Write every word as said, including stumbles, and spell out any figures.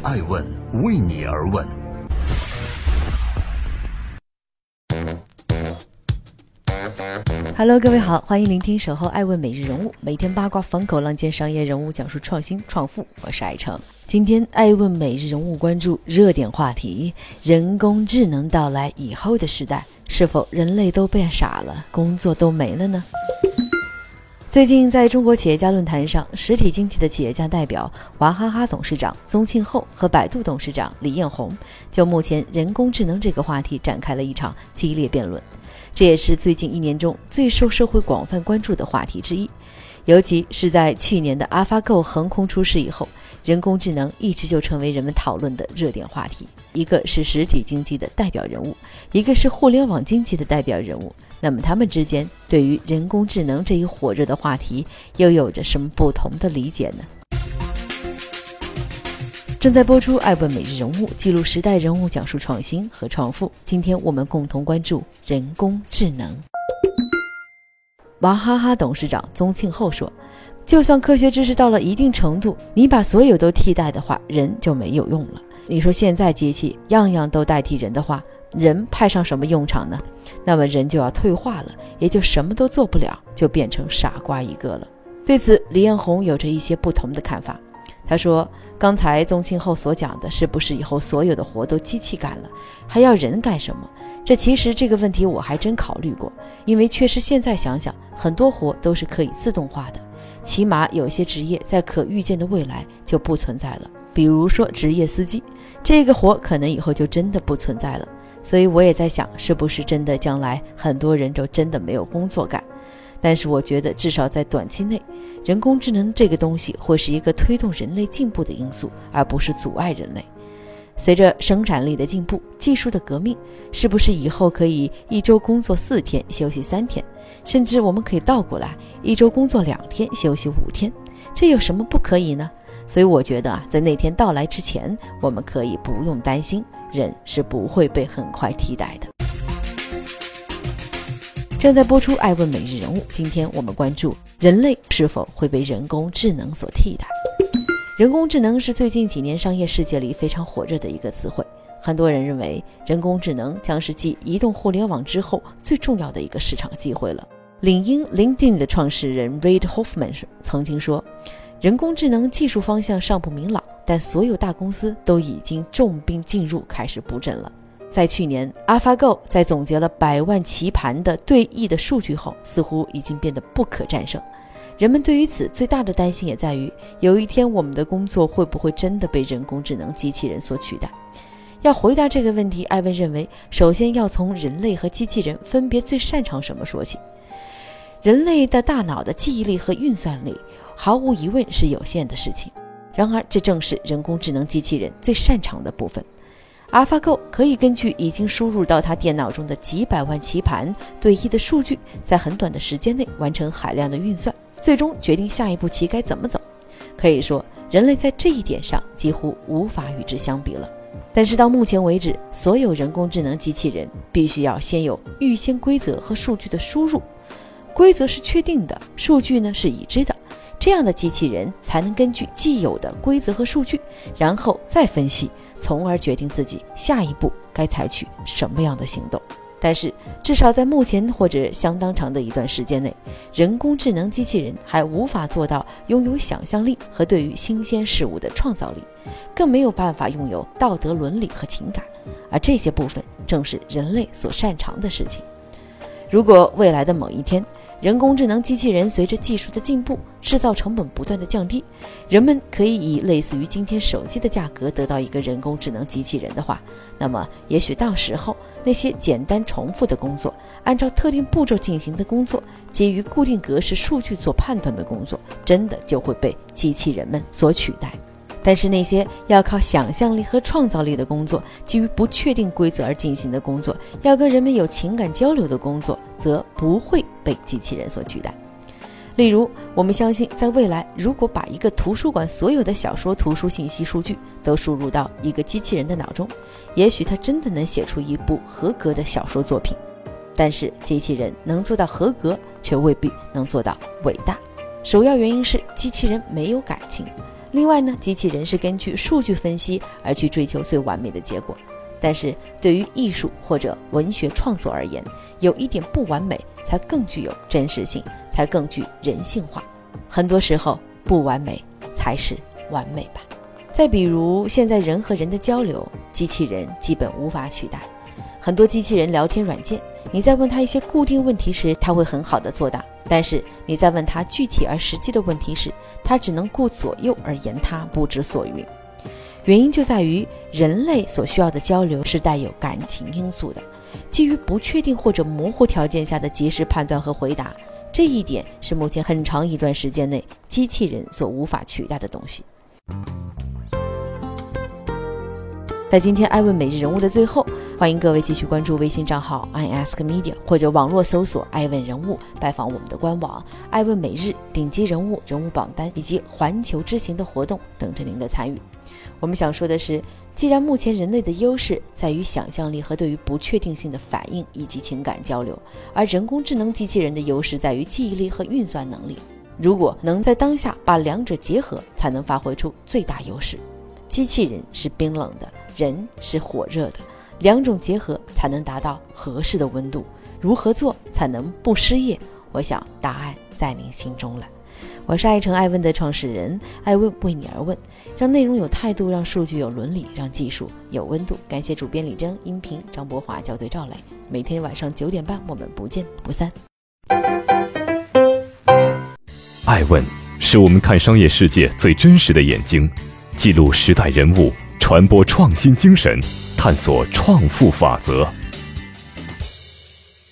爱问为你而问。 Hello， 各位好，欢迎聆听守候爱问每日人物，每天八卦风口浪尖商业人物讲述创新创富，我是爱成。今天爱问每日人物关注热点话题：人工智能到来以后的时代，是否人类都变傻了，工作都没了呢？最近在中国企业家论坛上，实体经济的企业家代表娃哈哈董事长宗庆后和百度董事长李彦宏就目前人工智能这个话题展开了一场激烈辩论，这也是最近一年中最受社会广泛关注的话题之一。尤其是在去年的 AlphaGo 横空出世以后，人工智能一直就成为人们讨论的热点话题。一个是实体经济的代表人物，一个是互联网经济的代表人物，那么他们之间对于人工智能这一火热的话题又有着什么不同的理解呢？正在播出爱问每日人物，记录时代人物，讲述创新和创富。今天我们共同关注人工智能。娃哈哈董事长宗庆后说，就算科学知识到了一定程度，你把所有都替代的话，人就没有用了。你说现在机器样样都代替人的话，人派上什么用场呢？那么人就要退化了，也就什么都做不了，就变成傻瓜一个了。对此，李彦宏有着一些不同的看法。他说，刚才宗庆后所讲的是不是以后所有的活都机器干了，还要人干什么？这其实这个问题我还真考虑过，因为确实现在想想，很多活都是可以自动化的，起码有些职业在可预见的未来就不存在了。比如说职业司机，这个活可能以后就真的不存在了。所以我也在想，是不是真的将来很多人就真的没有工作干。但是我觉得至少在短期内，人工智能这个东西会是一个推动人类进步的因素，而不是阻碍人类。随着生产力的进步，技术的革命，是不是以后可以一周工作四天休息三天，甚至我们可以倒过来，一周工作两天休息五天，这有什么不可以呢？所以我觉得啊，在那天到来之前，我们可以不用担心，人是不会被很快替代的。正在播出爱问每日人物，今天我们关注人类是否会被人工智能所替代。人工智能是最近几年商业世界里非常火热的一个词汇，很多人认为人工智能将是继移动互联网之后最重要的一个市场机会了。领英 LinkedIn 的创始人 Reid Hoffman 曾经说，人工智能技术方向尚不明朗，但所有大公司都已经重兵进入，开始布阵了。在去年 AlphaGo 在总结了百万棋盘的对弈的数据后，似乎已经变得不可战胜。人们对于此最大的担心也在于，有一天我们的工作会不会真的被人工智能机器人所取代？要回答这个问题，艾文认为首先要从人类和机器人分别最擅长什么说起。人类的大脑的记忆力和运算力毫无疑问是有限的事情，然而这正是人工智能机器人最擅长的部分。AlphaGo 可以根据已经输入到他电脑中的几百万棋盘对弈的数据，在很短的时间内完成海量的运算，最终决定下一步棋该怎么走。可以说，人类在这一点上几乎无法与之相比了。但是到目前为止，所有人工智能机器人必须要先有预先规则和数据的输入，规则是确定的，数据呢是已知的，这样的机器人才能根据既有的规则和数据，然后再分析，从而决定自己下一步该采取什么样的行动。但是至少在目前或者相当长的一段时间内，人工智能机器人还无法做到拥有想象力和对于新鲜事物的创造力，更没有办法拥有道德伦理和情感，而这些部分正是人类所擅长的事情。如果未来的某一天，人工智能机器人随着技术的进步，制造成本不断的降低，人们可以以类似于今天手机的价格得到一个人工智能机器人的话，那么也许到时候那些简单重复的工作，按照特定步骤进行的工作，基于固定格式数据做判断的工作，真的就会被机器人们所取代。但是那些要靠想象力和创造力的工作，基于不确定规则而进行的工作，要跟人们有情感交流的工作，则不会被机器人所取代。例如，我们相信在未来，如果把一个图书馆所有的小说图书信息数据都输入到一个机器人的脑中，也许它真的能写出一部合格的小说作品。但是机器人能做到合格，却未必能做到伟大。首要原因是机器人没有感情。 另外呢，机器人是根据数据分析而去追求最完美的结果。但是对于艺术或者文学创作而言，有一点不完美才更具有真实性，才更具人性化。很多时候，不完美才是完美吧。再比如，现在人和人的交流，机器人基本无法取代。很多机器人聊天软件，你在问他一些固定问题时，他会很好的作答，但是你在问他具体而实际的问题时，他只能顾左右而言他，不知所云。原因就在于人类所需要的交流是带有感情因素的，基于不确定或者模糊条件下的及时判断和回答，这一点是目前很长一段时间内机器人所无法取代的东西。在今天艾问每日人物的最后，欢迎各位继续关注微信账号 I ask media 或者网络搜索艾问人物，拜访我们的官网艾问每日顶级人物人物榜单以及环球之行的活动等着您的参与。我们想说的是，既然目前人类的优势在于想象力和对于不确定性的反应以及情感交流，而人工智能机器人的优势在于记忆力和运算能力，如果能在当下把两者结合，才能发挥出最大优势。机器人是冰冷的，人是火热的，两种结合才能达到合适的温度。如何做才能不失业？我想答案在您心中了。我是爱成爱问的创始人，爱问为你而问，让内容有态度，让数据有伦理，让技术有温度。感谢主编李征，音频张博华，校对赵磊。每天晚上九点半，我们不见不散。 爱问是我们看商业世界最真实的眼睛，记录时代人物，传播创新精神，探索创富法则。